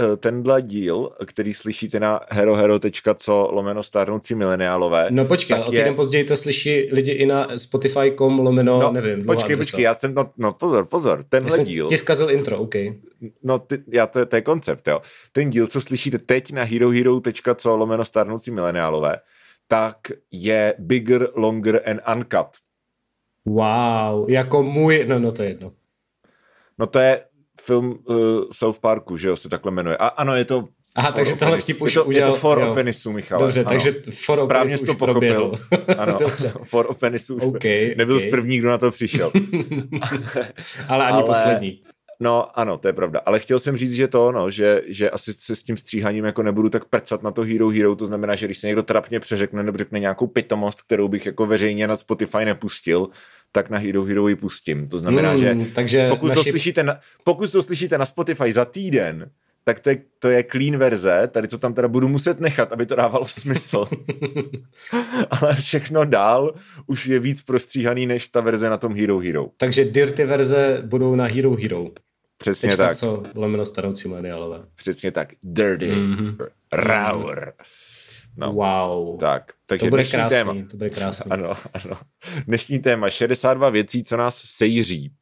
tenhle díl, který slyšíte na herohero.co/stárnoucí mileniálové. No počkej, o týden později to slyší lidi i na spotify.com/, nevím. Počkej, já jsem, pozor, tenhle díl. Ti zkazil intro, OK. No, to je koncept, jo. Ten díl, co slyšíte teď na herohero.co/stárnoucí mileniálové, tak je bigger, longer and uncut. Wow, jako můj, no to je jedno. No to je film South Parku, že jo, se takhle jmenuje. A ano, je to... Aha, takže tohle vtip už udělal. Je to For o penisu, Michale. Dobře, ano. takže For o správně jsi to pochopil. Ano, For o penisu už nebyl z první, kdo na to přišel. Ale ani poslední. No ano, to je pravda. Ale chtěl jsem říct, že asi se s tím stříhaním jako nebudu tak prcat na to Hero, to znamená, že když se někdo trapně přeřekne nebo řekne nějakou pitomost, kterou bych jako veřejně na Spotify nepustil, tak na Hero ji pustím. To znamená, že pokud to slyšíte na Spotify za týden, tak to je clean verze, tady to tam teda budu muset nechat, aby to dávalo smysl. Ale všechno dál už je víc prostříhaný než ta verze na tom Hero. Takže dirty verze budou na Hero. Přesně tak. Starnoucí mileniálové. Přesně tak. Dirty. Raur. No. Wow. Tak, takže to bude dnešní krásný, téma. To bude krásný. Ano. Dnešní téma 62 věcí, co nás sejří.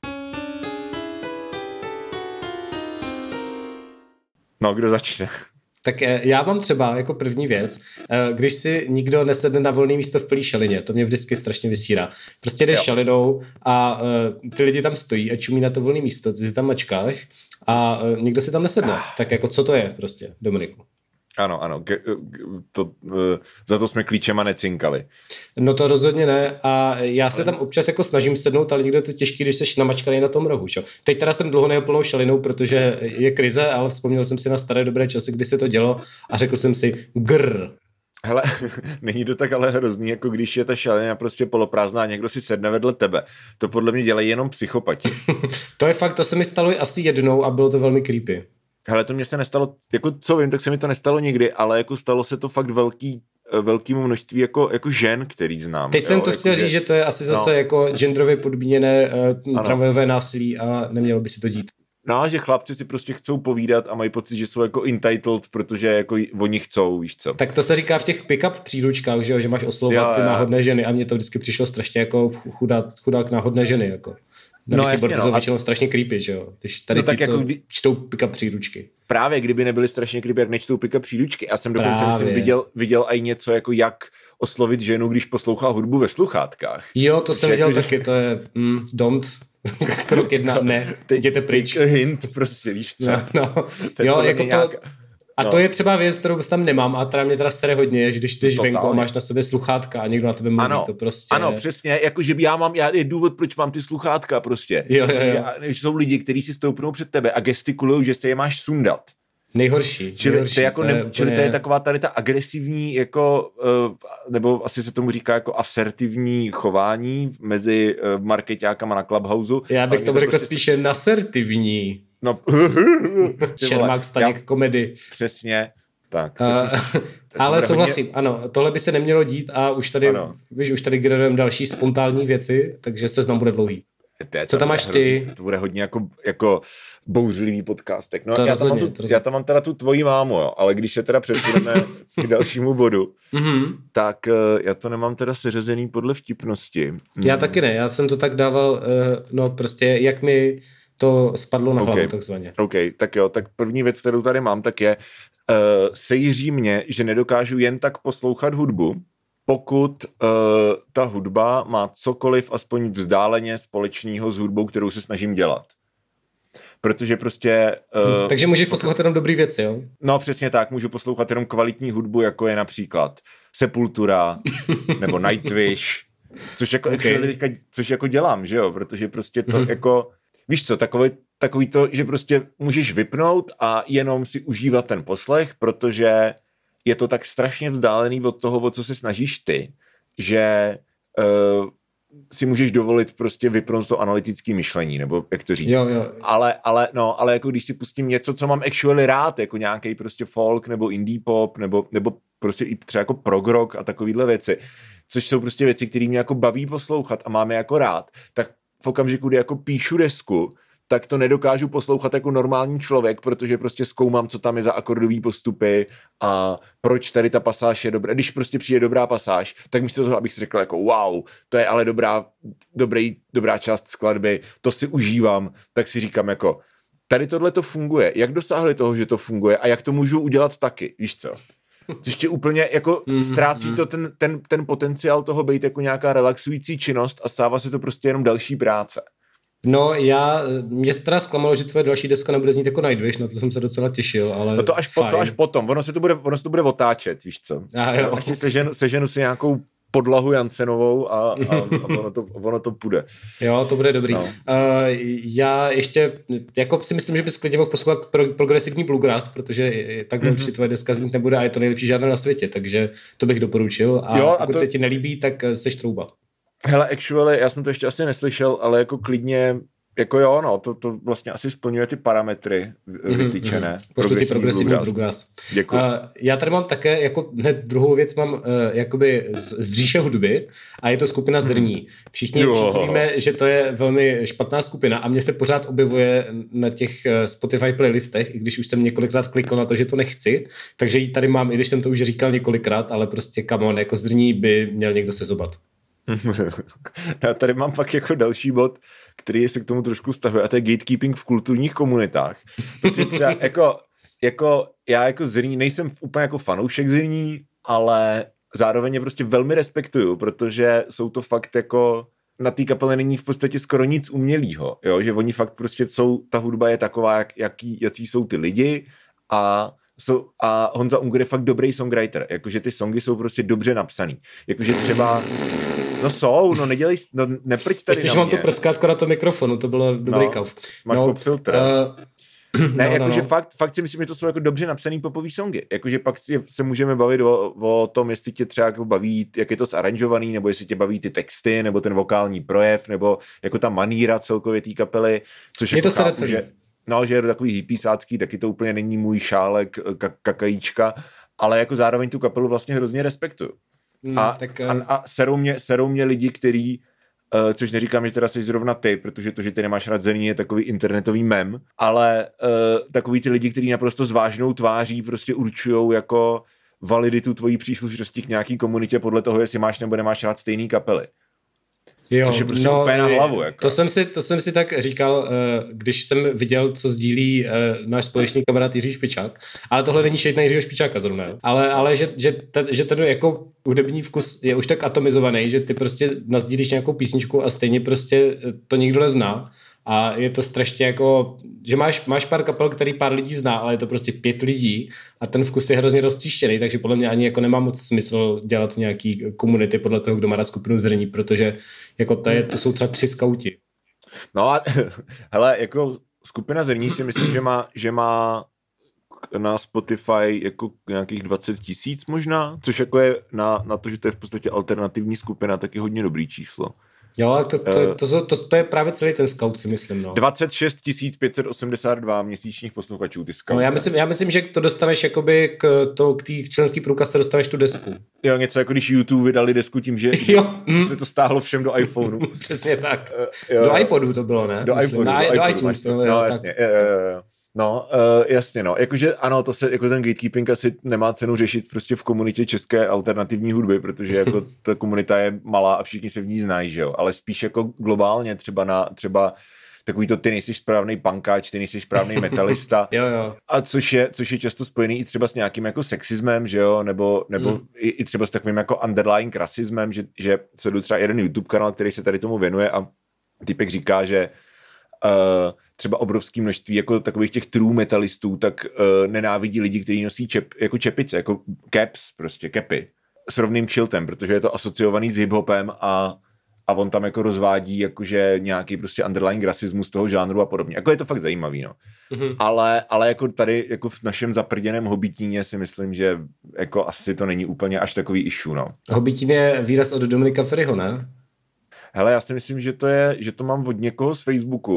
No, kdo začne? Tak já mám třeba jako první věc, když si nikdo nesedne na volné místo v plný šelině, to mě vždycky strašně vysírá. Prostě jdeš šelinou a ty lidi tam stojí a čumí na to volné místo, ty si tam mačkáš a nikdo si tam nesedne. Tak jako co to je prostě, Dominiku? Ano, za to jsme klíčema necinkali. No to rozhodně ne a já se tam občas jako snažím sednout, ale někdo je to těžký, když seš namačkaný na tom rohu. Čo? Teď teda jsem dlouho nejel plnou šalinou, protože je krize, ale vzpomněl jsem si na staré dobré časy, kdy se to dělo a řekl jsem si grrr. Hele, není to tak ale hrozný, jako když je ta šalina prostě poloprázdná a někdo si sedne vedle tebe. To podle mě dělají jenom psychopati. To je fakt, to se mi stalo asi jednou a bylo to velmi creepy. Hele, to mně se nestalo, jako co vím, tak se mi to nestalo nikdy, ale jako stalo se to fakt velkému množství jako žen, který znám. Teď jsem to chtěl říct, že to je asi zase jako genderově podmíněné tramvajové násilí a nemělo by si to dít. No, že chlapci si prostě chcou povídat a mají pocit, že jsou jako entitled, protože jako oni chcou, víš co. Tak to se říká v těch pick-up příručkách, že máš oslovovat ty náhodné ženy a mně to vždycky přišlo strašně jako chudák náhodné ženy, jako. No jasně, to jsou většinou strašně creepy, že jo? Když tady ty, jako čtou pick-up příručky. Právě, kdyby nebyly strašně creepy, jak nečtou pick-up příručky. Já jsem dokonce viděl i něco, jako jak oslovit ženu, když poslouchá hudbu ve sluchátkách. Jo, to jsem viděl taky, to je don't. Krok 1, ne, jděte pryč. Hint, prostě, víš co? No. Jo, jako to... A to je třeba věc, kterou tam nemám a která mě teda staré hodně, že když jdeš venku a máš na sobě sluchátka a někdo na tebe mluví, to prostě... Ano, přesně, jakože je důvod, proč mám ty sluchátka prostě. Jo. Jsou lidi, kteří si stoupnou před tebe a gestikulujou, že se je máš sundat. Nejhorší. Čili to je taková tady ta agresivní, jako, nebo asi se tomu říká jako asertivní chování mezi markeťákama na Clubhouse. Já bych to řekl prostě spíše nasertivní. No, Šermák Staněk komedy. Přesně. Tak. Ale souhlasím, ano, tohle by se nemělo dít a už tady generujeme další spontánní věci, takže seznam bude dlouhý. Co tam máš ty? To bude hodně jako bouřlivý podcastek. No, já tam mám teda tu tvoji mámu, jo, ale když se teda přesuneme k dalšímu bodu, tak já to nemám teda seřazený podle vtipnosti. Já taky ne, já jsem to tak dával, prostě jak mi to spadlo na hlavu takzvaně. OK, tak jo, tak první věc, kterou tady mám, tak je sejří mě, že nedokážu jen tak poslouchat hudbu, pokud ta hudba má cokoliv aspoň vzdáleně společného s hudbou, kterou se snažím dělat. Protože prostě... Takže můžeš poslouchat jenom dobrý věci, jo? No přesně tak, můžu poslouchat jenom kvalitní hudbu, jako je například Sepultura, nebo Nightwish, což jako dělám, že jo? Protože prostě to jako... Víš co, takový to, že prostě můžeš vypnout a jenom si užívat ten poslech, protože je to tak strašně vzdálený od toho, o co se snažíš ty, že si můžeš dovolit prostě vypnout to analytické myšlení, nebo jak to říct. Jo. Ale jako když si pustím něco, co mám actually rád, jako nějaký prostě folk, nebo indie pop, nebo prostě i třeba jako prog rock a takovýhle věci, což jsou prostě věci, které mě jako baví poslouchat a máme jako rád, tak v okamžiku, kdy jako píšu desku, tak to nedokážu poslouchat jako normální člověk, protože prostě zkoumám, co tam je za akordový postupy a proč tady ta pasáž je dobrá. Když prostě přijde dobrá pasáž, tak místo toho, abych si řekl jako wow, to je ale dobrá část skladby, to si užívám, tak si říkám jako tady tohle to funguje. Jak dosáhli toho, že to funguje a jak to můžu udělat taky, víš co? Což tě úplně jako ztrácí to ten potenciál toho být jako nějaká relaxující činnost a stává se to prostě jenom další práce. No mě teda zklamalo, že tvoje další deska nebude znít jako Nightwish, na to jsem se docela těšil, ale no to až potom, ono se to bude otáčet, víš co? Až si seženu si nějakou podlahu Jansenovou a ono to půjde. Jo, to bude dobrý. No. Já ještě jako si myslím, že bys klidně mohl poslouchat progresivní bluegrass, protože takhle určitě tvoje deska znít nebude a je to nejlepší žádné na světě, takže to bych doporučil a pokud se ti nelíbí, tak seš trouba. Hele, actually, já jsem to ještě asi neslyšel, ale jako klidně, jako jo, no, to vlastně asi splňuje ty parametry vytyčené. Pošlu ti progresivní bluegrass. Děkuji. Já tady mám také, jako hned druhou věc mám jakoby z říše hudby a je to skupina Zrní. Všichni víme, že to je velmi špatná skupina a mně se pořád objevuje na těch Spotify playlistech, i když už jsem několikrát klikl na to, že to nechci, takže ji tady mám, i když jsem to už říkal několikrát, ale prostě come on, jako Zrní by měl někdo sezobat. Já tady mám pak jako další bod, který se k tomu trošku vztahuje, a to je gatekeeping v kulturních komunitách. Protože třeba jako já jako Zrní nejsem úplně jako fanoušek Zrní, ale zároveň je prostě velmi respektuju, protože jsou to fakt jako na té kapele není v podstatě skoro nic umělýho, jo? Že oni fakt prostě ta hudba je taková, jací jsou ty lidi a Honza Ungur je fakt dobrý songwriter, jakože ty songy jsou prostě dobře napsaný, jakože třeba neprť tady ještě na mě. Mám to prskátko na to mikrofonu, to bylo dobrý kauf. Máš pop filtr. Jakože fakt si myslím, že to jsou jako dobře napsaný popový songy, jakože pak se můžeme bavit o tom, jestli tě třeba jako baví, jak je to zaranžovaný, nebo jestli tě baví ty texty, nebo ten vokální projev, nebo jako ta maníra celkově té kapely, což je to chápu, že je takový hippiesácký, taky to úplně není můj šálek kakajíčka, ale jako zároveň tu kapelu vlastně hrozně respektuju. A serou mě lidi, který, což neříkám, že teda jsi zrovna ty, protože to, že ty nemáš rád Zrní, je takový internetový mem, ale takový ty lidi, kteří naprosto s vážnou tváří prostě určujou jako validitu tvojí příslušnosti k nějaký komunitě podle toho, jestli máš nebo nemáš rád stejný kapely. Jo, což je prostě úplně na hlavu. Jako. To jsem si tak říkal, když jsem viděl, co sdílí náš společný kamarád Jiří Špičák, ale tohle není šejt na Jiřího Špičáka zrovna. Ale že ten jako hudební vkus je už tak atomizovaný, že ty prostě nasdílíš nějakou písničku a stejně prostě to nikdo nezná. A je to strašně jako, že máš pár kapel, který pár lidí zná, ale je to prostě 5 lidí a ten vkus je hrozně roztříštěný, takže podle mě ani jako nemá moc smysl dělat nějaký komunity podle toho, kdo má rád skupinu Zrní, protože jako to jsou třeba 3 skauti. No a hele, jako skupina Zrní si myslím, že má na Spotify jako nějakých 20 000 možná, což jako je na to, že to je v podstatě alternativní skupina, taky hodně dobrý číslo. Jo, to je právě celý ten Scout, si myslím. No. 26 582 měsíčních posluchačů, ty Scout. No, já myslím, že to dostaneš jakoby k té členský průkaz, dostaneš tu desku. Jo, něco jako když YouTube vydali desku tím, že se to stáhlo všem do iPhoneu. Přesně tak. Do iPodu to bylo, ne? Do iPodu. Do iTunes. No, jasně. No, jasně, no. Jakože ano, to se, jako ten gatekeeping asi nemá cenu řešit prostě v komunitě české alternativní hudby, protože jako ta komunita je malá a všichni se v ní znají, že jo, ale spíš jako globálně třeba takový to ty nejsi správnej punkáč, ty nejsi správnej metalista. Jo. A což je často spojený i třeba s nějakým jako sexismem, že jo, nebo i třeba s takovým jako underlying rasismem, že se jdu třeba jeden YouTube kanál, který se tady tomu věnuje a týpek říká, že třeba obrovské množství jako takových těch true metalistů, tak nenávidí lidi, kteří nosí jako čepice, jako caps, prostě kepy, s rovným kšiltem, protože je to asociovaný s hiphopem a on tam jako rozvádí jakože nějaký prostě underlying rasismus toho žánru a podobně. Jako je to fakt zajímavý, no. Mm-hmm. Ale jako tady jako v našem zaprděném Hobitíně si myslím, že jako asi to není úplně až takový issue, no. Hobitín je výraz od Dominika Ferryho, ne? Hele, já si myslím, že to mám od někoho z Facebooku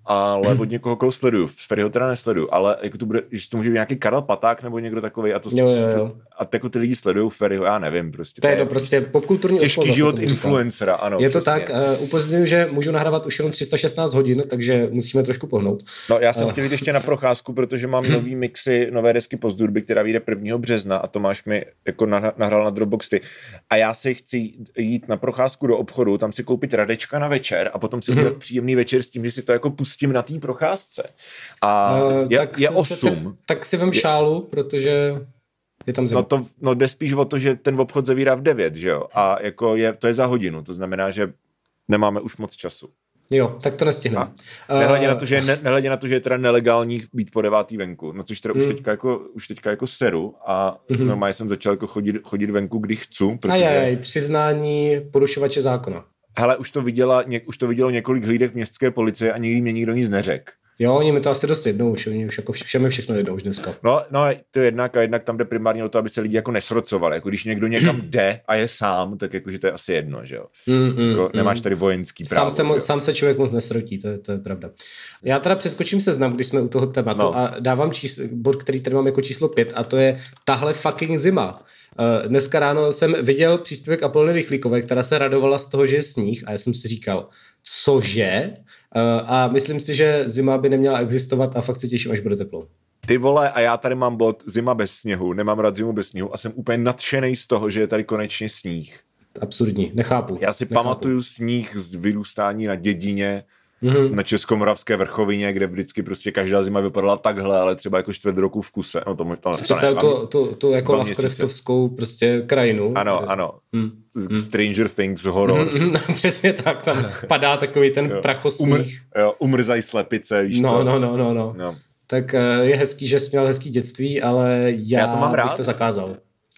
ale od někoho, koho sleduju. Ferryho teda nesleduju, ale jako to bude, že to může být nějaký Karel Paták nebo někdo takovej a to jo. A jako ty lidi sledují Ferryho, já nevím prostě. To je prostě popkulturní těžký život influencera, ano. Je to přesně. Tak, upozorňuji, že můžu nahrávat už jenom 316 hodin, takže musíme trošku pohnout. No já jsem chtěl jít ještě na procházku, protože mám nový mixy, nové desky Postdurby, která vyjde 1. března a Tomáš mi jako nahrál na Dropboxy. A já si chci jít na procházku do obchodu, tam si koupit Radečka na večer a potom si udělat příjemný večer s tím, že si to jako pustím na té procházce. A je 8. Tak si vem šálu, protože je tam zima. No jde spíš o to, že ten obchod zavírá v 9, že jo? A jako to je za hodinu, to znamená, že nemáme už moc času. Jo, tak to nestihneme. Nehledě na to, že je teda nelegální být po 9 venku, no což teda už teďka jako seru a normálně jsem začal jako chodit venku, kdy chci. Protože... přiznání porušovače zákona. Hele, už to vidělo několik hlídek městské policie a nikdy mě nikdo nic neřekl. Jo, oni mi to asi dost jednou, oni už jako všemi všechno jednou už dneska. No, to je jednak tam jde primárně o to, aby se lidi jako nesrocovali. Jako když někdo někam jde a je sám, tak jakože to je asi jedno, že jo. Jako nemáš tady vojenský právo. Sám se člověk moc nesrotí, to je pravda. Já teda přeskočím seznam, když jsme u toho tématu a dávám bod, který tady mám jako číslo 5 a to je tahle fucking zima. Dneska ráno jsem viděl příspěvek Apolony Rychlíkové, která se radovala z toho, že je sníh a já jsem si říkal, cože? A myslím si, že zima by neměla existovat a fakt se těším, až bude teplo. Ty vole, a já tady mám bod zima bez sněhu, nemám rád zimu bez sněhu a jsem úplně nadšenej z toho, že je tady konečně sníh. Absurdní, nechápu. Já si pamatuju sníh z vyrůstání na dědině, na Českomoravské vrchovině, kde vždycky prostě každá zima vypadala takhle, ale třeba jako 4 roku v kuse. No to tu jako Lovecraftovskou prostě krajinu. Ano. Stranger Things, horrors. Přesně tak, tam padá takový ten prachosníh. Umrzají slepice, víš co? No. Tak je hezký, že jsi měl hezký dětství, ale já to mám rád. Bych to zakázal.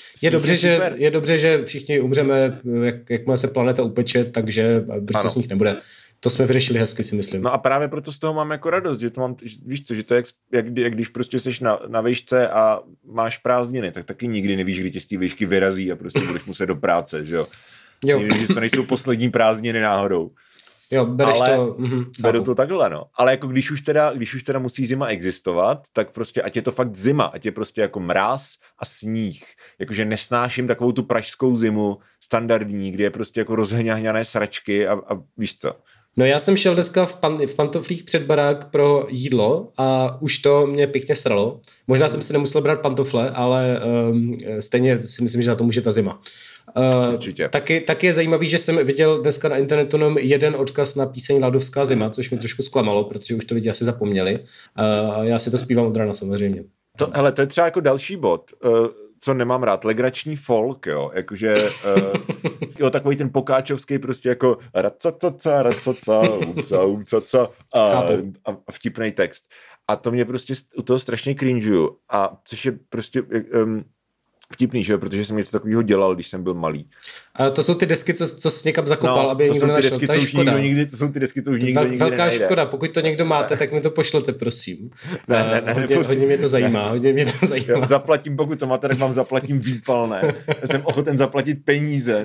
Je dobře, že všichni umřeme, jakmile se planeta upeče, takže brzo sníh nebude. To jsme vyřešili hezky, si myslím. No a právě proto z toho mám jako radost, že to mám, víš co, že to je jak když prostě seš na výšce a máš prázdniny, tak taky nikdy nevíš, kdy tě z té výšky vyrazí a prostě budeš muset do práce, že jo. Nikdy, že to nejsou poslední prázdniny náhodou. Jo, beru to takhle, no. Ale jako když už teda musí zima existovat, tak prostě ať je to fakt zima, ať je prostě jako mráz a sníh. Jakože nesnáším takovou tu pražskou zimu standardní, kdy je prostě jako rozhňahňané sračky a víš co. No já jsem šel dneska v pantoflích před barák pro jídlo a už to mě pěkně sralo. Možná jsem si nemusel brát pantofle, ale stejně si myslím, že na to může ta zima. Taky je zajímavý, že jsem viděl dneska na internetu jenom jeden odkaz na píseň Ladovská zima, což mě trošku zklamalo, protože už to lidi asi zapomněli. Já si to zpívám od rána samozřejmě. To je třeba jako další bod, co nemám rád, legrační folk, jo, jakože takový ten pokáčovský prostě jako racacaca, umcaca a vtipnej text. A to mě prostě u toho strašně cringeuju, a což je prostě vtipný, že? Protože jsem něco takového dělal, když jsem byl malý. A to jsou ty desky, co jsi někam zakopal, aby nikdo nenašel. To jsou ty desky, co už nikdo nikdy velká nenajde. Škoda, pokud to někdo máte, tak mi to pošlete, prosím. Ne, hodně mě to zajímá, Já zaplatím, pokud to máte, tak vám zaplatím výpalné. Já jsem ochoten zaplatit peníze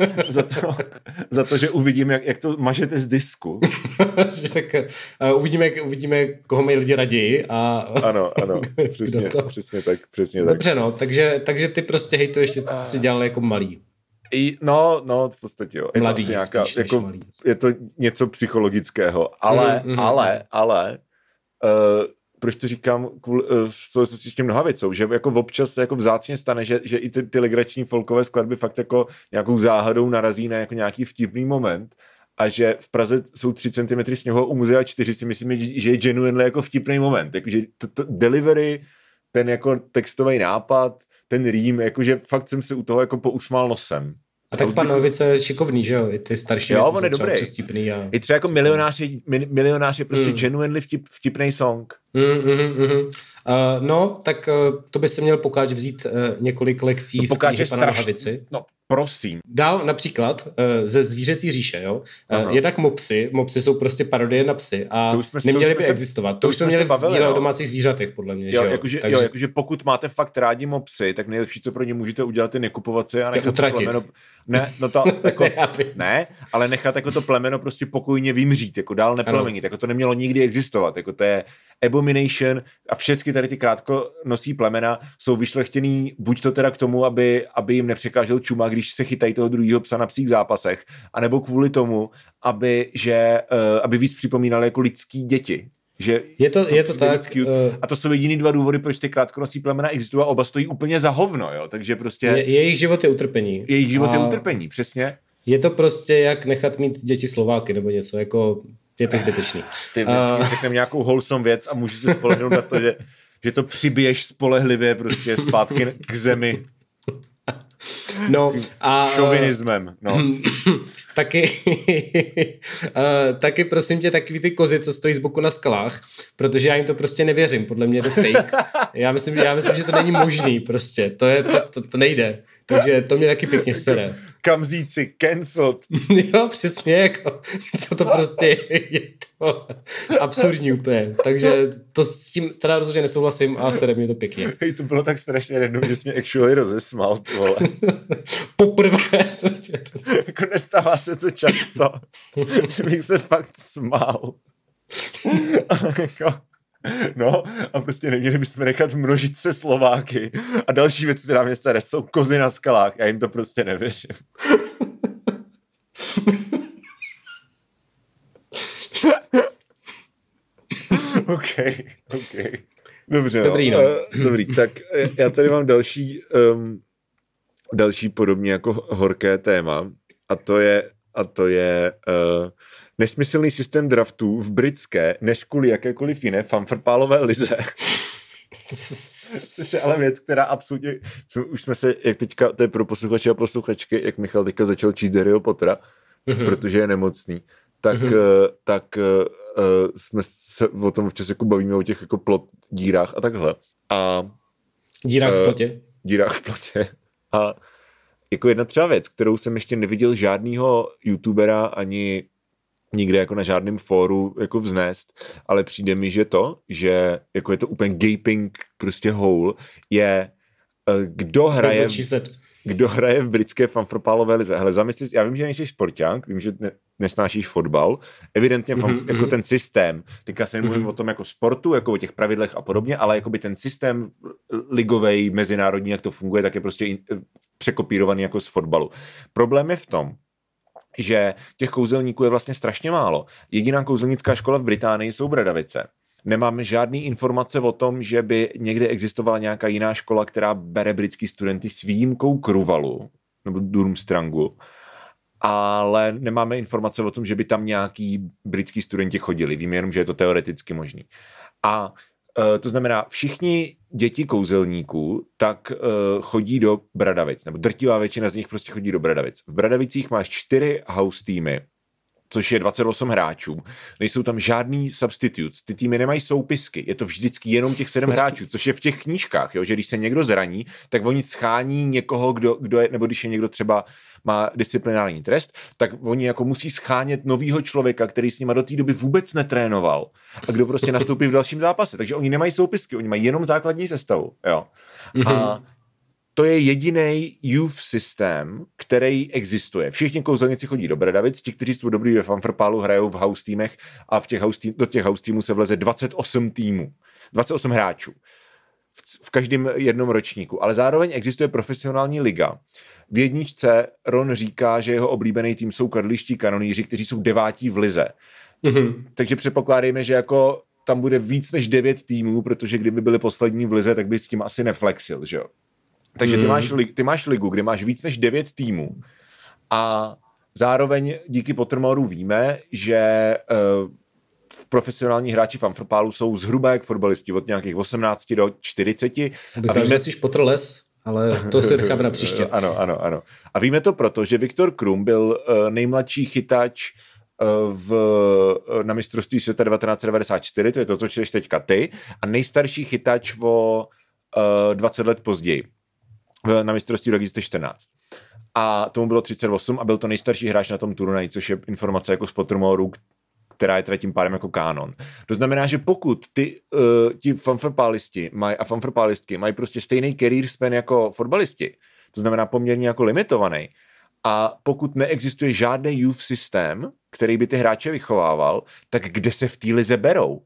za to, že uvidím, jak to mažete z disku. Tak uvidíme, koho mají lidi raději. Ano, přesně tak. Dobře, no, takže ty prostě hejtuješ, co jsi dělal jako malý. No, v podstatě jo. Je mladý, to nějaká, jako, je to něco psychologického, ale proč to říkám s tím mnoha věcou, že jako občas se jako vzácně stane, že i ty legrační folkové skladby fakt jako nějakou záhadou narazí na jako nějaký vtipný moment a že v Praze jsou 3 cm sněhu a u Muzea 4 si myslím, že je genuinely jako vtipný moment. Jakože to delivery, ten jako textový nápad, ten rým, jakože fakt jsem se u toho jako pousmál nosem. A tak pan Novice je šikovný, že jo? I ty starší věci on je dobrý. Přestipný a... I třeba jako milionář je prostě genuinely vtipný song. No, tak to by se měl Pokáč vzít několik lekcí z knihy pana Nohavici. No, Prosím. Dál například ze Zvířecí říše, jo. Jednak mopsy jsou prostě parodie na psy a neměly by existovat. To už jsme měli v díle o domácích zvířatech, podle mě. Jakože pokud máte fakt rádi mopsy, tak nejlepší, co pro ně můžete udělat, je nekupovat si a nechat to plemeno... Ne, ale nechat jako to plemeno prostě pokojně vymřít, jako dál neplemenit, jako to nemělo nikdy existovat, jako to je abomination a všechny tady ty krátkonosí plemena jsou vyšlechtěný buď to teda k tomu, aby jim nepřekážel čuma, když se chytají toho druhého psa na psích zápasech, anebo kvůli tomu, aby víc připomínali jako lidský děti. Že je to tak. A to jsou jediný 2 důvody, proč ty krátkonosí plemena existují a oba stojí úplně za hovno, jo? Takže prostě... Jejich život je utrpení. Jejich život je utrpení, přesně. Je to prostě jak nechat mít děti Slováky nebo něco, jako je to zbytečný. Ty vždycky řekneme nějakou wholesome věc a můžu se spolehnout na to, že to přibiješ spolehlivě prostě zpátky k zemi. No a... Šovinismem, no. Taky prosím tě, takový ty kozy, co stojí z boku na skalách, protože já jim to prostě nevěřím, podle mě je to fake. Já myslím, že to není možný prostě, to nejde, takže to mě taky pěkně sere. Kamzíci, cancelled. Jo, přesně, jako, co to prostě je to absurdní úplně, takže to s tím teda rozhodně nesouhlasím a sere mě to pěkně. Hej, to bylo tak strašně random, že jsi mě actually rozesmál, vole. Poprvé jako nestává se to často, že bych se fakt smál. No a prostě neměli bychom nechat množit se Slováky a další věci, která mě sere, jsou kozy na skalách, já jim to prostě nevěřím. OK. Dobře, Dobrý, no. Dobrý, tak já tady mám další podobně jako horké téma a to je nesmyslný systém draftů v britské, než kvůli jakékoliv jiné fanfrpálové lize. Což je ale věc, která absolutně, už jsme se, jak teďka, to je pro posluchače a posluchačky, jak Michal teďka začal číst Harryho Pottera, protože je nemocný, tak jsme se o tom občas jako bavíme o těch jako plot dírách a takhle. Dírách v plotě. Dírách v plotě. A jako jedna třeba věc, kterou jsem ještě neviděl žádnýho youtubera ani nikde jako na žádném fóru jako vznést, ale přijde mi, že jako je to úplně gaping prostě hole, je kdo hraje v britské fanfrpálové lize. Hele, zamysli, já vím, že nejsi sporták, vím, že nesnášíš fotbal, evidentně jako ten systém, teďka se nemluvím o tom jako sportu, jako o těch pravidlech a podobně, ale jako by ten systém ligovej, mezinárodní, jak to funguje, tak je prostě překopírovaný jako z fotbalu. Problém je v tom, že těch kouzelníků je vlastně strašně málo. Jediná kouzelnická škola v Británii jsou Bradavice. Nemáme žádný informace o tom, že by někde existovala nějaká jiná škola, která bere britský studenty s výjimkou Kruvalu nebo Durmstrangu, ale nemáme informace o tom, že by tam nějaký britský studenti chodili. Víme jenom, že je to teoreticky možný. A to znamená, všichni děti kouzelníků tak chodí do Bradavic, nebo drtivá většina z nich prostě chodí do Bradavic. V Bradavicích máš 4 house týmy, což je 28 hráčů. Nejsou tam žádný substitutes. Ty týmy nemají soupisky. Je to vždycky jenom těch 7 hráčů, což je v těch knížkách, jo? Že když se někdo zraní, tak oni schání někoho, kdo je, nebo když je někdo třeba má disciplinární trest, tak oni jako musí schánět novýho člověka, který s nima do té doby vůbec netrénoval a kdo prostě nastoupí v dalším zápase. Takže oni nemají soupisky, oni mají jenom základní sestavu. Jo? A to je jediný youth systém, který existuje. Všichni kouzelníci chodí do Bradavic, ti, kteří jsou dobrý ve fanfrpálu, hrajou v house týmech a do těch house týmů se vleze 28 týmů, 28 hráčů v každém jednom ročníku, ale zároveň existuje profesionální liga. V jedničce Ron říká, že jeho oblíbený tým jsou karliští kanoníři, kteří jsou 9. v lize. Takže předpokládejme, že jako tam bude víc než 9 týmů, protože kdyby byli poslední v lize, tak by s tím asi neflexil, že jo? Takže ty máš ligu, kde máš víc než 9 týmů a zároveň díky Pottermoru víme, že profesionální hráči fanfrpálu jsou zhruba jak fotbalisti od nějakých 18 do 40. Myslíš Potterless, ale to se necháme na příště. Ano. A víme to proto, že Viktor Krum byl nejmladší chytač na mistrovství světa 1994, to je to, co čteš teďka ty, a nejstarší chytač o 20 let později. na mistrovství 2014. A tomu bylo 38 a byl to nejstarší hráč na tom turnaji, což je informace jako z Pottermoru, která je teda tím pádem jako kánon. To znamená, že pokud ti fanfrpálisti a fanfrpálistky mají prostě stejný career span jako fotbalisti, to znamená poměrně jako limitovaný, a pokud neexistuje žádný youth systém, který by ty hráče vychovával, tak kde se v té lize berou?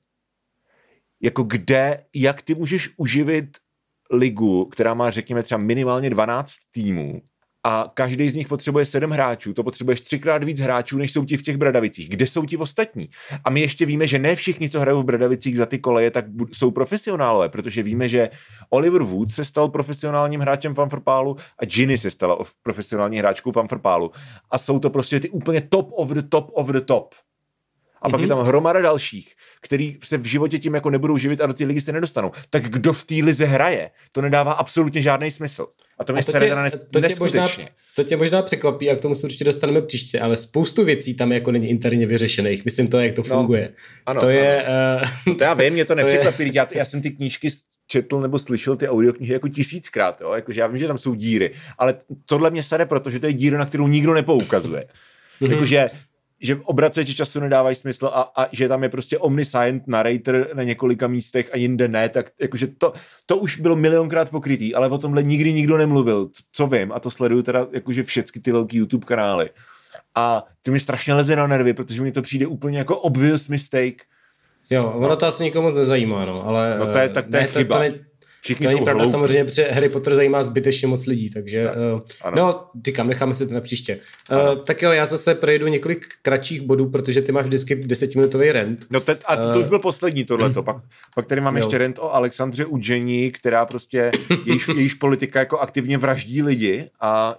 Jako jak ty můžeš uživit ligu, která má, řekněme, třeba minimálně 12 týmů a každý z nich potřebuje 7 hráčů, to potřebuješ 3x víc hráčů, než jsou ti v těch Bradavicích. Kde jsou ti ostatní? A my ještě víme, že ne všichni, co hrajou v Bradavicích za ty koleje, tak jsou profesionálové, protože víme, že Oliver Wood se stal profesionálním hráčem fanfrpálu a Ginny se stala profesionální hráčkou fanfrpálu. A jsou to prostě ty úplně top of the top of the top. A pak je tam hromada dalších, který se v životě tím jako nebudou živit a do té ligy se nedostanou. Tak kdo v té lize hraje? To nedává absolutně žádný smysl. A to mě se teda neskutečně. To tě možná překvapí a k tomu se určitě dostaneme příště, ale spoustu věcí tam jako není interně vyřešených. Myslím to, jak to funguje. Ano, to je... To já vím, mě to nepřekvapí. Já jsem ty knížky četl nebo slyšel ty audioknihy jako 1000krát. Jo? Jakože já vím, že tam jsou díry, ale tohle mě sere, protože to je díra, na kterou nikdo nepoukazuje. Jakože že obraceči času nedávají smysl a že tam je prostě omniscient narrator na několika místech a jinde ne, tak jakože to už bylo milionkrát pokrytý, ale o tomhle nikdy nikdo nemluvil, co vím, a to sleduju teda jakože všechny ty velký YouTube kanály. A to mi strašně leze na nervy, protože mi to přijde úplně jako obvious mistake. Jo, ono to asi nikomu nezajímá, no, ale... No to je chyba. Všichni to jsou není pravda, hloupí. samozřejmě, protože Harry Potter zajímá zbytečně moc lidí, takže no, říkám, necháme si to na příště. Tak jo, já zase projdu několik kratších bodů, protože ty máš vždycky 10minutový rant. No to už byl poslední tohleto, pak tady mám ještě rant o Alexandře Udžení, která prostě, jejíž politika jako aktivně vraždí lidi a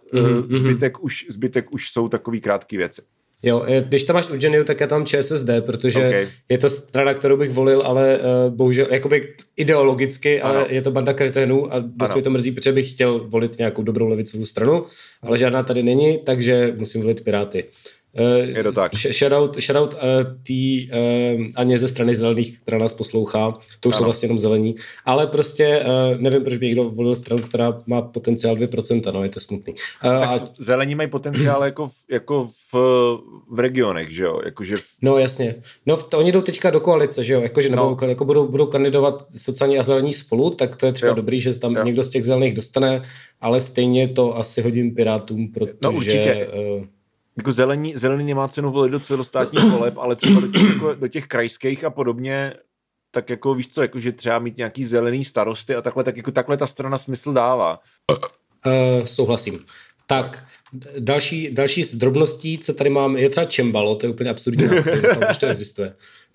zbytek už jsou takový krátký věci. Jo, když tam máš Udženiu, tak já tam ČSSD, protože je to strana, kterou bych volil, ale bohužel, jakoby ideologicky, ale je to banda kreténů a dost mi to mrzí, protože bych chtěl volit nějakou dobrou levicovou stranu, ale žádná tady není, takže musím volit Piráty. Je to tak. Shoutout tý Aně ze strany zelených, která nás poslouchá, to už jsou vlastně jenom zelení, ale prostě nevím, proč by někdo volil stranu, která má potenciál 2%, no, je to smutný. Tak zelení mají potenciál jako v regionech, že jo? No jasně. No oni jdou teďka do koalice, že jo? Jako budou kandidovat sociální a zelení spolu, tak to je třeba dobrý, že tam někdo z těch zelených dostane, ale stejně to asi hodím Pirátům, protože... No určitě. Jako zelený nemá cenu volit do celostátních voleb, ale třeba do těch krajských a podobně, tak jako víš co, jako že třeba mít nějaký zelený starosty a takhle, tak jako takhle ta strana smysl dává. Souhlasím. Tak, další z drobností, co tady mám, je třeba čembalo, to je úplně absurdní nástroj, tam už to existuje.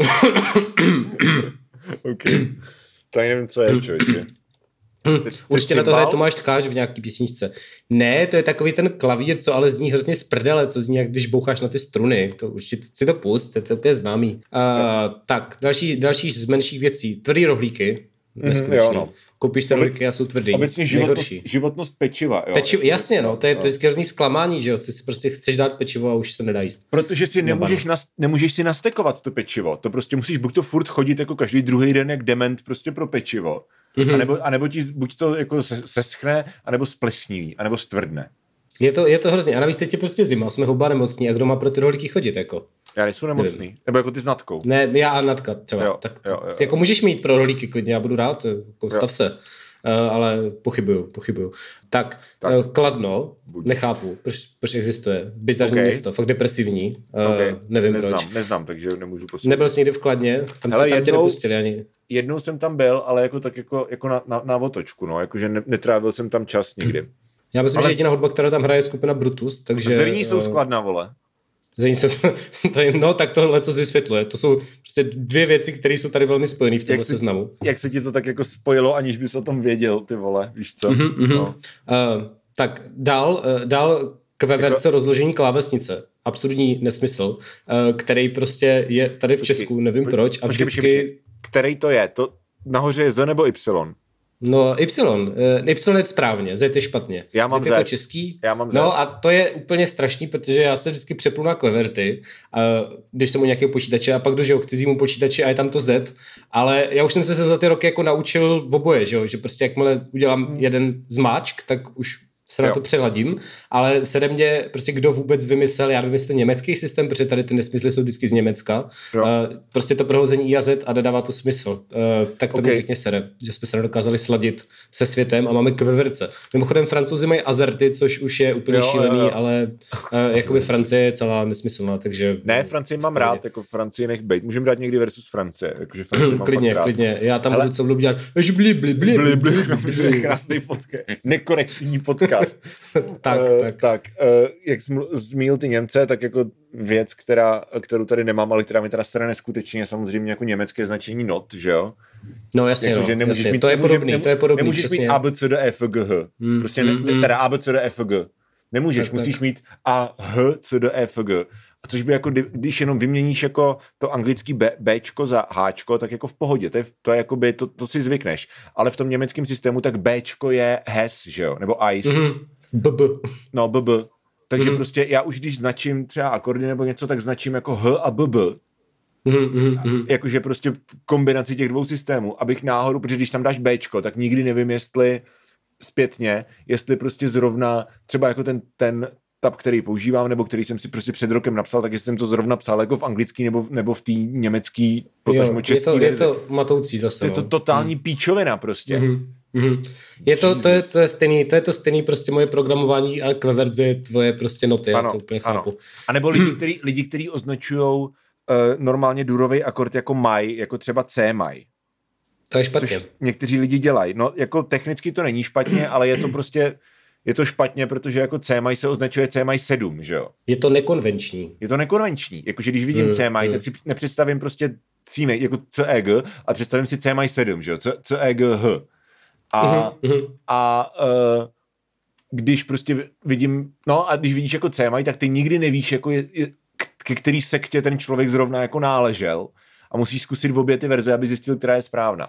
OK. Tak nevím, co je, člověče. Určitě na to hraje Tomáš Tkáč v nějaký písničce. Ne, to je takový ten klavír, co ale zní hrozně z prdele, co zní, jak když boucháš na ty struny. To určitě si to pust, to je úplně známý. Tak, další z menších věcí. Tvrdý rohlíky. Koupíš ty rohlíky a jsou tvrdý. Obecně životnost pečiva. Jo? Jasně, no, to je hrozný zklamání, že jo. Ty si prostě chceš dát pečivo a už se nedá jíst. Protože si nemůžeš si nastekovat to pečivo. To prostě musíš buď to furt chodit jako každý druhý den jak dement prostě pro pečivo. A nebo ti buď to jako seschne, anebo splesniví, anebo stvrdne. Je to hrozně. A navíc teď je prostě zima, jsme houba nemocní a kdo má pro ty rohlíky chodit, jako? Já nejsou nemocný. Nebo jako ty s Natkou. Ne, já a Natka třeba. Jo. Jako můžeš mít pro rohlíky klidně, já budu rád, jako stav se. Ale pochybuju. Tak. Kladno, nechápu, proč existuje. Bizarní město, fakt depresivní. Nevím proč. Neznám, takže nemůžu poslouchat. Nebyl jsi někdy v Kladně? Tam tě nepustili ani. Jednou jsem tam byl, ale jako na otočku, no, jakože netrávil jsem tam čas nikdy. Já myslím, že jediná hudba, která tam hraje, je skupina Brutus, takže... Zrní jsou z Kladna, vole. No, tak tohle, co vysvětluje. To jsou prostě dvě věci, které jsou tady velmi spojené v tomhle seznamu. Jak se ti to tak jako spojilo, aniž bys o tom věděl, ty vole, víš co? No. Tak dál k veverce rozložení klávesnice. Absurdní nesmysl, který prostě je tady v Česku, nevím proč. A Počkej. Který to je? To nahoře je Z nebo Y? No, Y je správně, Z je špatně. Já mám Z. Je to český. Já mám Z. No a to je úplně strašný, protože já se vždycky přepnu na Kveverty, když jsem u nějakého počítače a pak jdu k cizímu počítači a je tam to Z, ale já už jsem se za ty roky jako naučil v oboje, že prostě jakmile udělám jeden zmáčk, tak už se na to přeladím, ale sede mě prostě kdo vůbec vymyslel, já nevím, jestli německý systém, protože tady ty nesmysly jsou vždycky z Německa, prostě to prohození I a Z a nedává to smysl. Tak to mě pěkně sede, že jsme se nedokázali sladit se světem a máme Kveverce. Mimochodem Francouzi mají azerty, což už je úplně šílený, ale jakoby Francie je celá nesmyslná, takže... Ne, Francii mám rád, jako Francii nech bejt. Můžeme dát někdy versus Francie, jakože Francii mám klidně, fakt rád. Klidně, já tam budu co budu dělat, krásný podcast, nekorektní podcast. Tak, jak jsi zmínil ty Němce, tak jako věc, kterou tady nemám, ale která mi teda sere neskutečně, samozřejmě jako německé značení not, že jo? No jasně, jako, že nemůžeš mít, to je podobný. Nemůžeš přesně. mít A, B, C, D, F, G, H. Prostě teda A, B, C, D, F, G. Nemůžeš, musíš mít A, H, C, D, F, G. A což by jako, když jenom vyměníš jako to anglický Bčko za Hčko, tak jako v pohodě, to je jakoby, to si zvykneš. Ale v tom německém systému tak Bčko je has, že jo, nebo ice. BB. No, BB. Takže prostě já už když značím třeba akordy nebo něco, tak značím jako H a BB. Jakože prostě kombinaci těch dvou systémů, abych náhodou, protože když tam dáš Bčko, tak nikdy nevím, jestli zpětně, jestli prostě zrovna třeba jako ten tab, který používám, nebo který jsem si prostě před rokem napsal, tak jestli jsem to zrovna psal jako v anglický nebo v té německý, potažmo český verzi. Je to matoucí zase. Je to totální píčovina prostě. To je to stejný prostě moje programování a Kveverze je tvoje prostě noty, já to úplně chápu. A nebo lidi, kteří označujou normálně durový akord jako maj, jako třeba C maj. To je špatně. Což někteří lidi dělají. No jako technicky to není špatně, ale je to prostě je to špatně, protože jako C-maj se označuje C-maj 7, že jo? Je to nekonvenční. Jakože když vidím C-maj, tak si nepředstavím prostě C-maj, jako C-E-G, a představím si C-maj 7, že jo? C-E-G-H. Když prostě vidím, no a když vidíš jako C-maj, tak ty nikdy nevíš, jako ke který sektě ten člověk zrovna jako náležel a musíš zkusit v obě ty verze, aby zjistil, která je správná.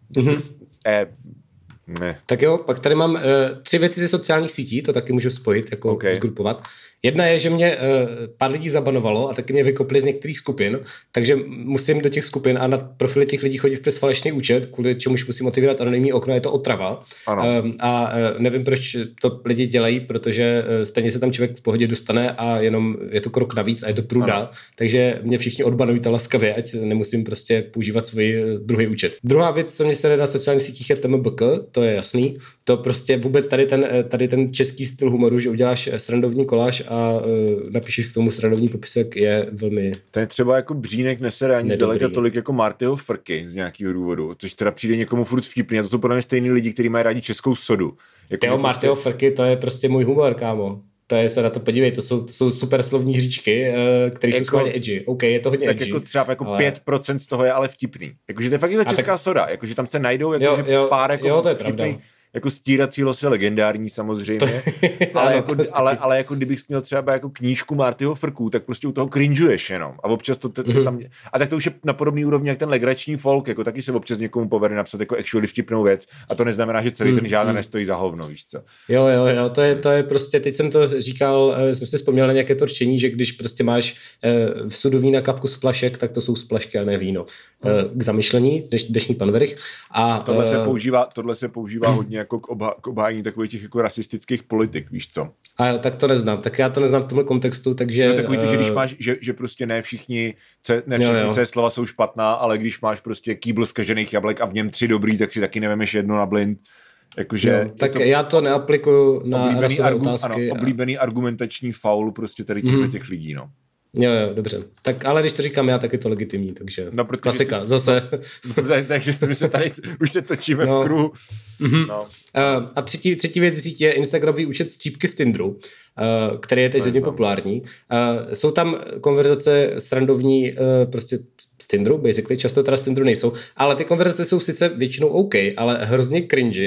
Ne. Tak jo, pak tady mám 3 věci ze sociálních sítí, to taky můžu spojit, jako zgrupovat. Jedna je, že mě pár lidí zabanovalo a taky mě vykopli z některých skupin, takže musím do těch skupin a na profily těch lidí chodit přes falešný účet, kvůli čemuž musím otevírat anonymní okno, je to otrava. A nevím, proč to lidi dělají, protože stejně se tam člověk v pohodě dostane a jenom je to krok navíc a je to průda, takže mě všichni odbanují ta laskavě, ať nemusím prostě používat svůj druhý účet. Druhá věc, co mě se na sociálních sítích, je TMBK, to je jasný. To prostě vůbec tady ten český styl humoru, že uděláš srandovní koláž a napíšeš k tomu srandovní popisek, je velmi... To je třeba jako Břínek nesere ani zdaleka tolik jako Martyho Frky z nějakého důvodu, což teda přijde někomu furt vtipný a to jsou podle mě stejný lidi, kteří mají rádi českou sodu. Jako Martyho Frky, to je prostě můj humor, kámo. To je, se na to podívej, to jsou super slovní hříčky, které jsou skvělně edgy. OK, je to hodně tak edgy. Tak jako třeba jako 5% z toho je ale vtipný. Jakože to je fakt je ta česká soda, jakože tam se najdou jakože pár jako vtipný. Jako Stírací los je legendární samozřejmě, ale jako kdybych měl třeba jako knížku Martyho Frků, tak prostě u toho cringeuješ jenom. A občas to tam... A tak to už je na podobný úrovni, jak ten legrační folk, jako taky se občas někomu povede napsat jako actually vtipnou věc. A to neznamená, že celý ten žádný nestojí za hovno, víš co? Jo, to je prostě, teď jsem to říkal, jsem si vzpomněl na nějaké to rčení, že když prostě máš v sudu vína kapku z flašek, tak to jsou splašky a ne víno. K zamyšlení, dnešní pan Verich. A tohle se používá hodně jako k obhájení takových těch jako rasistických politik, víš co? A tak to neznám, tak já to neznám v tomhle kontextu, takže... No takový to, že když máš, že prostě ne všichni C slova jsou špatná, ale když máš prostě kýbl z kažených jablek a v něm 3 dobrý, tak si taky nevemeš jedno na blind. Jakože tak to já to neaplikuju na rasové otázky. Ano, oblíbený argumentační faul prostě tady těch lidí, no. Jo, dobře. Tak, ale když to říkám já, tak je to legitimní, takže klasika, zase. Takže my se tady už se točíme v kruhu. No. A třetí věc je Instagramový účet Střípky z Tinderu, který je teď hodně populární. Jsou tam konverzace srandovní prostě z Tinderu, basically, často teda z Tinderu nejsou, ale ty konverzace jsou sice většinou OK, ale hrozně cringy a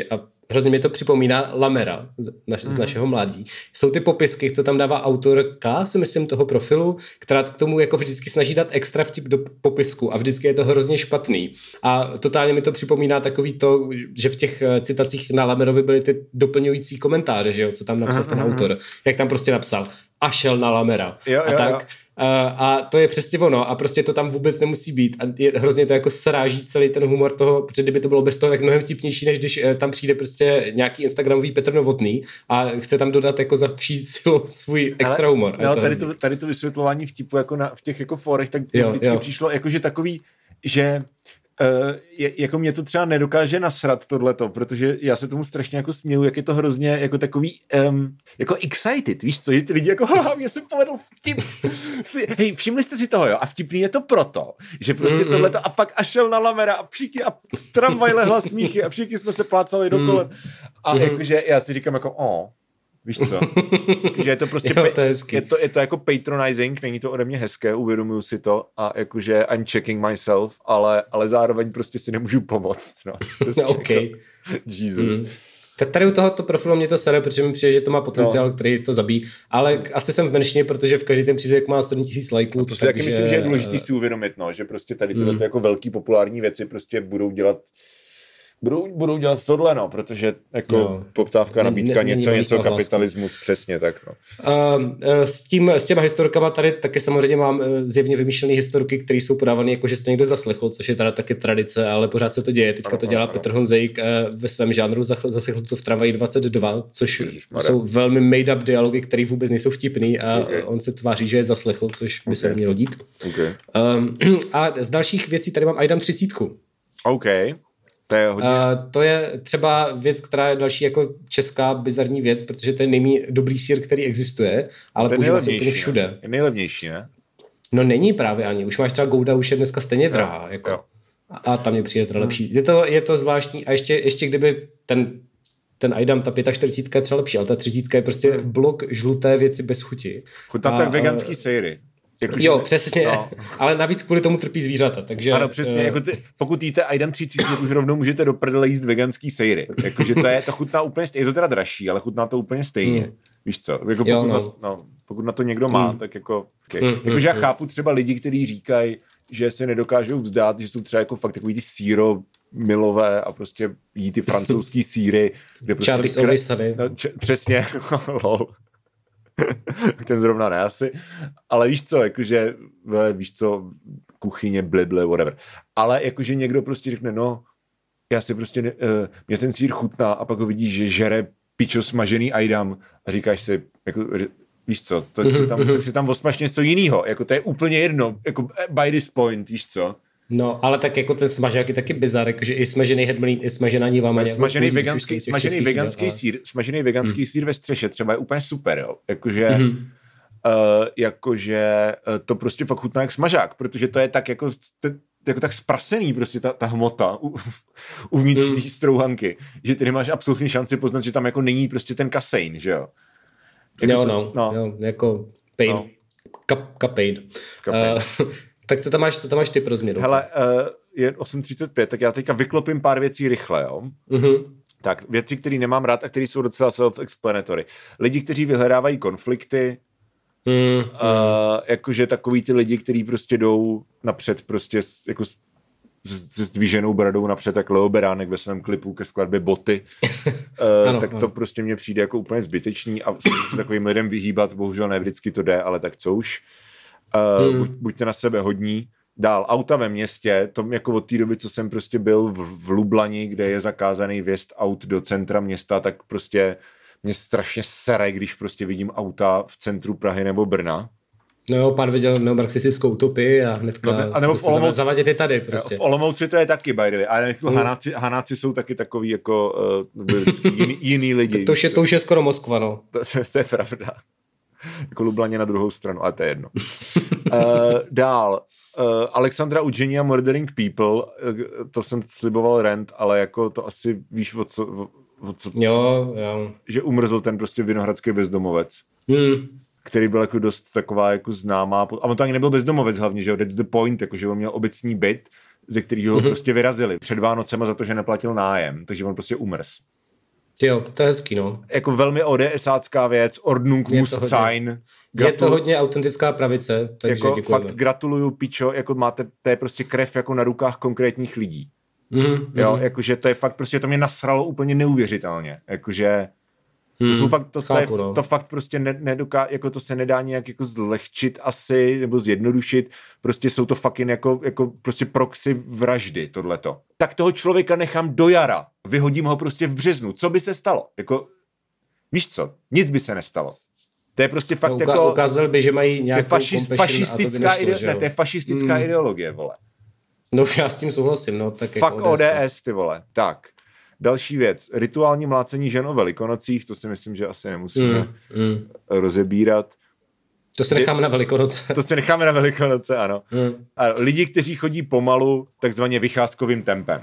hrozně mi to připomíná Lamera z našeho mládí. Jsou ty popisky, co tam dává autorka, si myslím, toho profilu, která k tomu jako vždycky snaží dát extra vtip do popisku a vždycky je to hrozně špatný. A totálně mi to připomíná takový to, že v těch citacích na Lamerovi byly ty doplňující komentáře, že jo, co tam napsal ten autor. Jak tam prostě napsal a šel na Lamera. A tak. Jo. A to je přesně ono a prostě to tam vůbec nemusí být a hrozně to jako sráží celý ten humor toho, protože kdyby to bylo bez toho tak mnohem vtipnější, než když tam přijde prostě nějaký instagramový Petr Novotný a chce tam dodat jako za vší silu svůj extra humor. Ale tady to vysvětlování vtipu jako v těch jako fórech tak vždycky přišlo jakože takový, že jako mě to třeba nedokáže nasrat tohleto, protože já se tomu strašně jako směju, jak je to hrozně jako takový jako excited, víš co, že ty lidi jako haha, mě se povedl vtip. Hej, všimli jste si toho, jo? A vtipný je to proto, že prostě tohleto a pak a šel na Lamera a všichni a tramvaj lehla smíchy a všichni jsme se plácali do kolen. A jakože já si říkám jako víš co? Že je to prostě je to jako patronizing, není to ode mě hezké, uvědomuju si to a jakože I'm checking myself, ale zároveň prostě si nemůžu pomoct. No. Okay. Jako, Jesus. Tady u tohoto profilu mě to sere, protože mi přijde, že to má potenciál, který to zabíjí, ale asi jsem v menšině, protože v každý ten příspěvek má 7000 lajků. To si taky myslím, že je důležité si uvědomit, že prostě tady tyhle jako velký populární věci prostě budou dělat tohle, protože jako poptávka, nabídka, něco kapitalismus, přesně tak. No. S těma historkama tady taky samozřejmě mám zjevně vymýšlené historky, které jsou podávané jako, že to někdo zaslechl, což je teda taky tradice, ale pořád se to děje. Teďka to dělá Petr Honzejk ve svém žánru, zaslechl to v Tramvaji 22, což jsou velmi made up dialogy, které vůbec nejsou vtipný a on se tváří, že je zaslechl, což by se nemělo dít. A z dalších věcí tady mám Aidam 30. To je třeba věc, která je další jako česká bizarní věc, protože to je nejméně dobrý sýr, který existuje, ale používá se úplně všude. Je nejlevnější, ne? No není právě ani. Už máš třeba Gouda, už je dneska stejně drahá. Jako. A tam mě přijde teda lepší. Je to zvláštní a ještě kdyby ten Aidam, ta 45 je třeba lepší, ale ta 30 je prostě blok žluté věci bez chuti. Chutná tak veganský sejry. Jo, přesně, ale navíc kvůli tomu trpí zvířata, takže... Ano, přesně, jako pokud jíte Aidam 30, už rovnou můžete do prdele jíst veganský sejry, jakože to chutná úplně stejně, je to teda dražší, ale chutná to úplně stejně, víš co, jako pokud na to někdo má, tak jako, jakože já chápu třeba lidi, kteří říkají, že se nedokážou vzdát, že jsou třeba jako fakt takový ty síro milové a prostě jí ty francouzský síry, kde prostě... Charlie's Always Sunny. Přesně, lol. Ten zrovna ne asi, ale víš co, jakože, víš co, kuchyně, blible, whatever. Ale jakože někdo prostě řekne, já si prostě, mě ten sýr chutná a pak ho vidíš, že žere pičo smažený Aidam a říkáš si, jako, víš co, tak si tam osmaž něco jinýho, jako to je úplně jedno, jako by this point, víš co. No, ale tak jako ten smažák je taky bizar, jakože i smažený hedmelín, i smažená nivama. Smažený veganský sýr ve střeše třeba je úplně super, jo. Jakože to prostě fakt chutná jak smažák, protože to je tak jako tak sprasený prostě ta hmota uvnitř té strouhanky, že ty nemáš absolutní šanci poznat, že tam jako není prostě ten kasein, že jo. Jako jako pain. No. Kapein. Tak co tam máš ty pro změnu? Hele, je 8:35, tak já teďka vyklopím pár věcí rychle, jo? Tak, věci, které nemám rád a které jsou docela self-explanatory. Lidi, kteří vyhledávají konflikty, jakože takový ty lidi, kteří prostě jdou napřed prostě jako se zdvíženou bradou napřed, jak Leo Beránek ve svém klipu ke skladbě Boty, tak to prostě mně přijde jako úplně zbytečný a se takovým lidem vyhýbat, bohužel ne vždycky to jde, ale tak co už. Buďte na sebe hodní. Dál, auta ve městě, to jako od té doby, co jsem prostě byl v Lublani, kde je zakázaný vjezd aut do centra města, tak prostě mě strašně sere, když prostě vidím auta v centru Prahy nebo Brna. No jo, pár viděl neomarxistickou utopii a hnedka zavadět je tady prostě. V Olomouci to je taky, by the way, ale jako Hanáci jsou taky takový jako jiný lidi. To už je skoro Moskva, no. To je pravda. Jako Lublaně na druhou stranu, ale to je jedno. Dál. Alexandra Udženia Murdering People, to jsem sliboval rent, ale jako to asi víš, o co jo. Že umrzl ten prostě vinohradský bezdomovec, který byl jako dost taková jako známá, a on to ani nebyl bezdomovec hlavně, že jo, that's the point, jako že on měl obecní byt, ze kterého ho prostě vyrazili před Vánocema za to, že neplatil nájem, takže on prostě umrz. Jo, to je hezký, no. Jako velmi ODSácká věc, Ordnung muss sein. Je to hodně autentická pravice, takže jako děkujeme. Fakt gratuluju, pičo, jako máte, to je prostě krev jako na rukách konkrétních lidí. Jo, jakože to je fakt, prostě to mě nasralo úplně neuvěřitelně, jakože to jsou fakt, to fakt prostě jako to se nedá nějak jako zlehčit asi, nebo zjednodušit, prostě jsou to fucking jako prostě proxy vraždy, tohleto. Tak toho člověka nechám do jara, vyhodím ho prostě v březnu, co by se stalo? Jako, víš co, nic by se nestalo. To je prostě fakt jako... Ukázal by, že mají nějakou to je fašistická ideologie, vole. No já s tím souhlasím, no. Tak fuck jako ODS, ty vole. Tak. Další věc. Rituální mlácení žen o Velikonocích, to si myslím, že asi nemusíme rozebírat. To se necháme na Velikonoce. To se necháme na Velikonoce, ano. A lidi, kteří chodí pomalu, takzvaně vycházkovým tempem.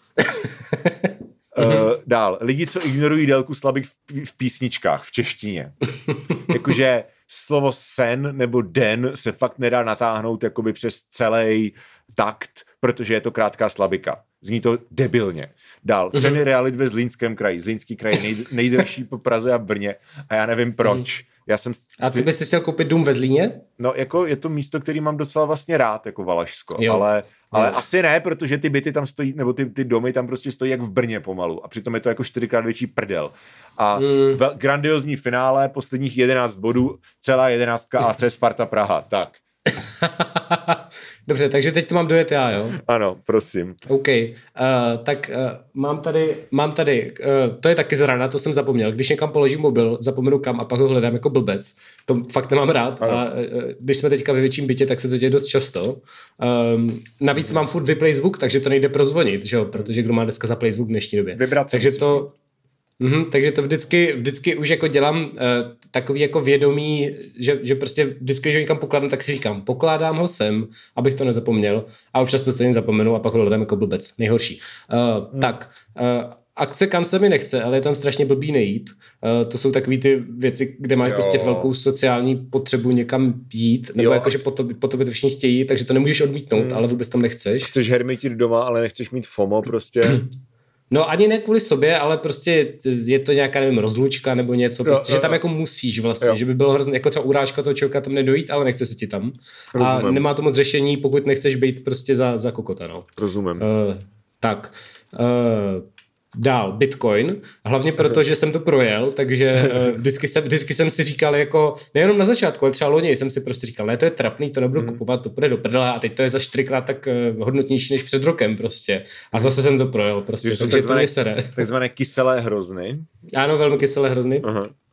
Dál. Lidi, co ignorují délku slabik v písničkách, v češtině. Jakože slovo sen nebo den se fakt nedá natáhnout jakoby přes celý takt, protože je to krátká slabika. Zní to debilně. Dál. Ceny realit ve Zlínském kraji. Zlínský kraj je nejdražší po Praze a Brně a já nevím proč. A ty bys si chtěl koupit dům ve Zlíně? No, jako je to místo, který mám docela vlastně rád, jako Valašsko, ale asi ne, protože ty byty tam stojí, nebo ty domy tam prostě stojí jak v Brně pomalu a přitom je to jako 4x větší prdel. A grandiozní finále, posledních 11 bodů, celá 11 AC Sparta Praha, tak. Dobře, takže teď to mám dojet já, jo? Ano, prosím. OK, tak mám tady, to je taky zrana, to jsem zapomněl. Když někam položím mobil, zapomenu kam a pak ho hledám jako blbec. To fakt nemám rád. Ano. A když jsme teďka ve větším bytě, tak se to děje dost často. Navíc mám furt vyplay zvuk, takže to nejde prozvonit, že jo? Protože kdo má dneska zaplay zvuk v dnešní době. Takže to... takže to vždycky už jako dělám takový jako vědomí, že prostě vždycky, že někam pokládám, tak si říkám, pokládám ho sem, abych to nezapomněl a už často stejně zapomenu a pak ho hledám jako blbec. Nejhorší. Akce, kam se mi nechce, ale je tam strašně blbý nejít. To jsou takový ty věci, kde máš prostě velkou sociální potřebu někam jít, nebo jakože po tobě to všichni chtějí, takže to nemůžeš odmítnout, ale vůbec tam nechceš. Chceš hermitit doma, ale nechceš mít FOMO prostě. No ani ne kvůli sobě, ale prostě je to nějaká, nevím, rozlučka nebo něco, prostě, že tam jako musíš vlastně, že by bylo hrozně, jako třeba urážka toho člověka tam nedojít, ale nechce se ti tam. Rozumím. A nemá to moc řešení, pokud nechceš být prostě za kokota, no. Rozumím. Dál, Bitcoin, hlavně proto, že jsem to projel, takže vždycky jsem si říkal jako, nejenom na začátku, ale třeba loni jsem si prostě říkal, ne, to je trapný, to nebudu kupovat, to půjde do prdele a teď to je za 4x tak hodnotnější než před rokem prostě. A zase jsem to projel prostě, takže to mě sere. Takzvané kyselé hrozny. Ano, velmi kyselé hrozny.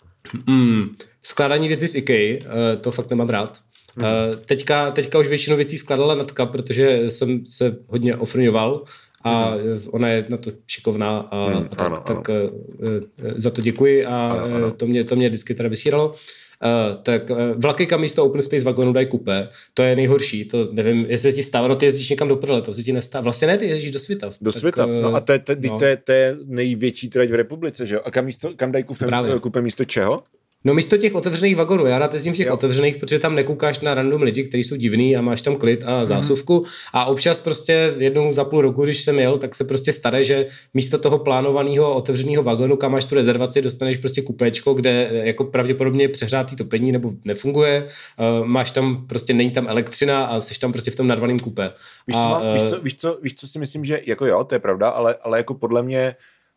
Skládání věcí z IKEA, to fakt nemám rád. Teďka už většinu věcí skládala Natka, protože jsem se hodně ofrňoval a ona je na to šikovná a tak za to děkuji a to mě vždycky teda vysíralo. Tak vlaky, kam místo open space vagonu dají kupé, to je nejhorší, to nevím, jestli ti stává, no ty jezdíš někam do prdele, to se ti nestává, vlastně ne, ty jezdíš do Svitav. Do Svitav, no a to je největší trať v republice, že jo, a kam dají kupé místo čeho? No místo těch otevřených vagonů, já rád jezdím v těch otevřených, protože tam nekoukáš na random lidi, kteří jsou divný a máš tam klid a zásuvku a občas prostě jednou za půl roku, když jsem jel, tak se prostě stane, že místo toho plánovaného otevřeného vagonu, kam máš tu rezervaci, dostaneš prostě kupéčko, kde jako pravděpodobně je přehrátý topení nebo nefunguje, máš tam prostě, není tam elektřina a jsi tam prostě v tom narvaném kupé. Víš co si myslím, že jako jo, to je pravda, ale jako podle mě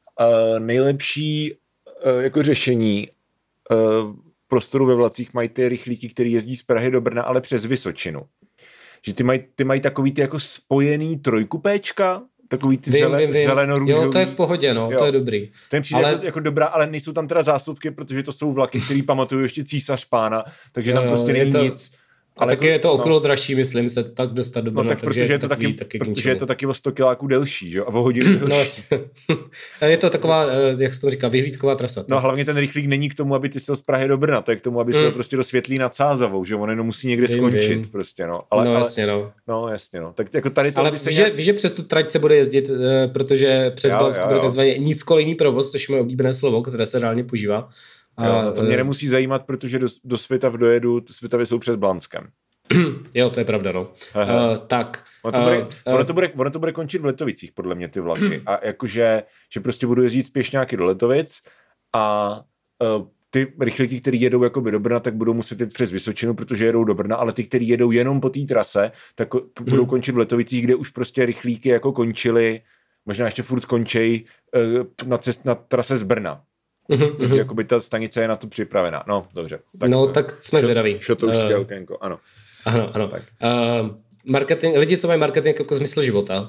nejlepší jako řešení prostoru ve vlacích mají ty rychlíky, který jezdí z Prahy do Brna, ale přes Vysočinu. Že ty mají takový ty jako spojený trojkupéčka, takový ty zeleno-růžový. Jo, to je v pohodě, no, to je dobrý. Ten přijde jako dobrá, ale nejsou tam teda zásuvky, protože to jsou vlaky, který pamatují ještě Císař Pána, takže tam prostě není nic. Ale taky je to okolo dražší, myslím, se tak dostat do Brna. No tak protože je to taky o 100 kiláků delší, že? A o hodinu delší. No, je to taková, jak se to říká, vyhlídková trasa. No hlavně ten rychlík není k tomu, aby ty šel z Prahy do Brna, to je k tomu, aby se prostě do Světlí nad Sázavou, že on jenom musí někde skončit prostě, no. Jasně, no. Tak jako tady to... Ale víš, že přes tu trať se bude jezdit, protože přes Balsko bude takzvaně nickolejný provoz, což je moje oblíbené slovo, které se reálně používá. To mě nemusí zajímat, protože do Svitav dojedu, Svitavy jsou před Blanskem. Jo, to je pravda, no. Tak. Ono to bude končit v Letovicích, podle mě, ty vlaky. A jakože, že prostě budu jezdit spěšňáky do Letovic a ty rychlíky, které jedou jakoby do Brna, tak budou muset jít přes Vysočinu, protože jedou do Brna, ale ty, který jedou jenom po té trase, tak budou končit v Letovicích, kde už prostě rychlíky jako končily, možná ještě furt končí na trase z Brna. Takže jakoby ta stanice je na to připravená. No, dobře. Tak jsme zvědaví. Šotoušské okénko, ano. Ano. Tak. Marketing, lidi, co mají marketing jako smysl života.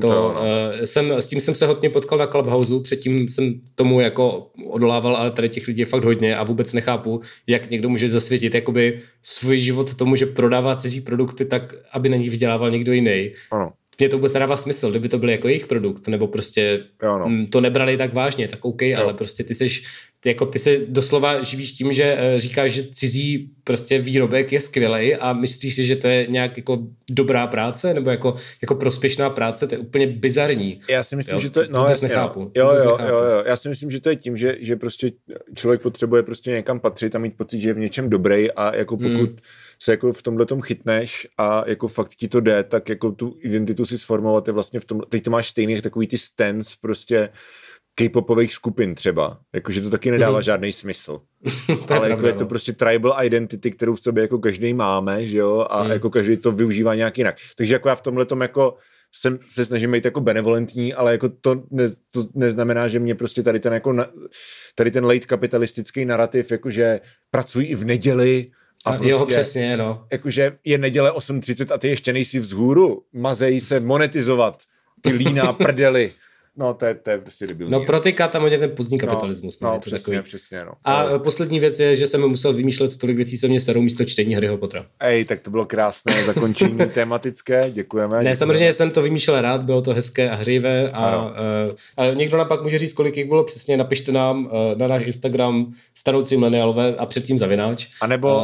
S tím jsem se hodně potkal na Clubhouse, předtím jsem tomu jako odolával, ale tady těch lidí je fakt hodně a vůbec nechápu, jak někdo může zasvětit jakoby svůj život tomu, že prodává cizí produkty tak, aby na nich vydělával někdo jiný. Ano. Mně to vůbec nedává smysl, kdyby to byl jako jejich produkt, nebo prostě to nebrali tak vážně, tak OK, ale prostě ty se doslova živíš tím, že říkáš, že cizí prostě výrobek je skvělej a myslíš si, že to je nějak jako dobrá práce, nebo jako prospěšná práce, to je úplně bizarní. Já si myslím, že to je, nechápu. Jo. Já si myslím, že to je tím, že prostě člověk potřebuje prostě někam patřit a mít pocit, že je v něčem dobrý a jako pokud se jako v tomhletom chytneš a jako fakt ti to jde, tak jako tu identitu si sformovat je vlastně v tom, teď to máš stejných takový ty stance prostě K-popových skupin třeba, jakože to taky nedává žádný smysl. Ale jako je to prostě tribal identity, kterou v sobě jako každý máme, že jo, a jako každý to využívá nějak jinak. Takže jako já v tomhletom jako se snažím být jako benevolentní, ale jako to neznamená, že mě prostě tady ten late kapitalistický narrativ, jakože pracují i v neděli a prostě, jo, přesně, no. Jakože je neděle 8:30 a ty ještě nejsi vzhůru, mazej se monetizovat, ty líná prdeli. No, to je prostě debilní. No, protyká tam hodně ten pozdní kapitalismus. No, přesně. No. A poslední věc je, že jsem musel vymýšlet tolik věcí, co mě serou místo čtení Harryho Pottera. Tak to bylo krásné zakončení tematické, děkujeme. Ne, samozřejmě jsem to vymýšlel rád, bylo to hezké a hřejivé a někdo nám pak může říct, kolik jich bylo přesně, napište nám na náš Instagram stanoucí mileniálové a předtím zavináč. A nebo...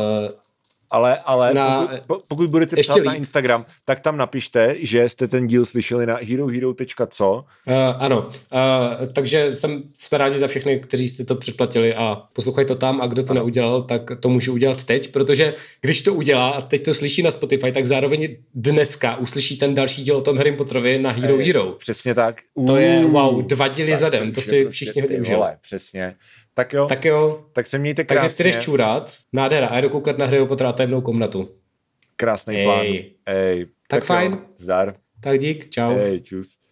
Ale pokud budete psát na Instagram, tak tam napište, že jste ten díl slyšeli na herohero.co. Ano, takže jsme rádi za všechny, kteří si to předplatili a poslouchají to tam a kdo to neudělal, tak to může udělat teď, protože když to udělá a teď to slyší na Spotify, tak zároveň dneska uslyší ten další díl o tom Harry Potterovi na Hero Hero. Přesně tak. To je 2 díly za den, to si všichni hodně užijou. Přesně. Tak jo. Tak se mějte krásně. Takže ty jdeš čůrat, nádhera, a jdu koukat na Harryho Pottera tajemnou komnatu. Krásný plán. Tak fajn. Zdar. Tak dík, čau. Čus.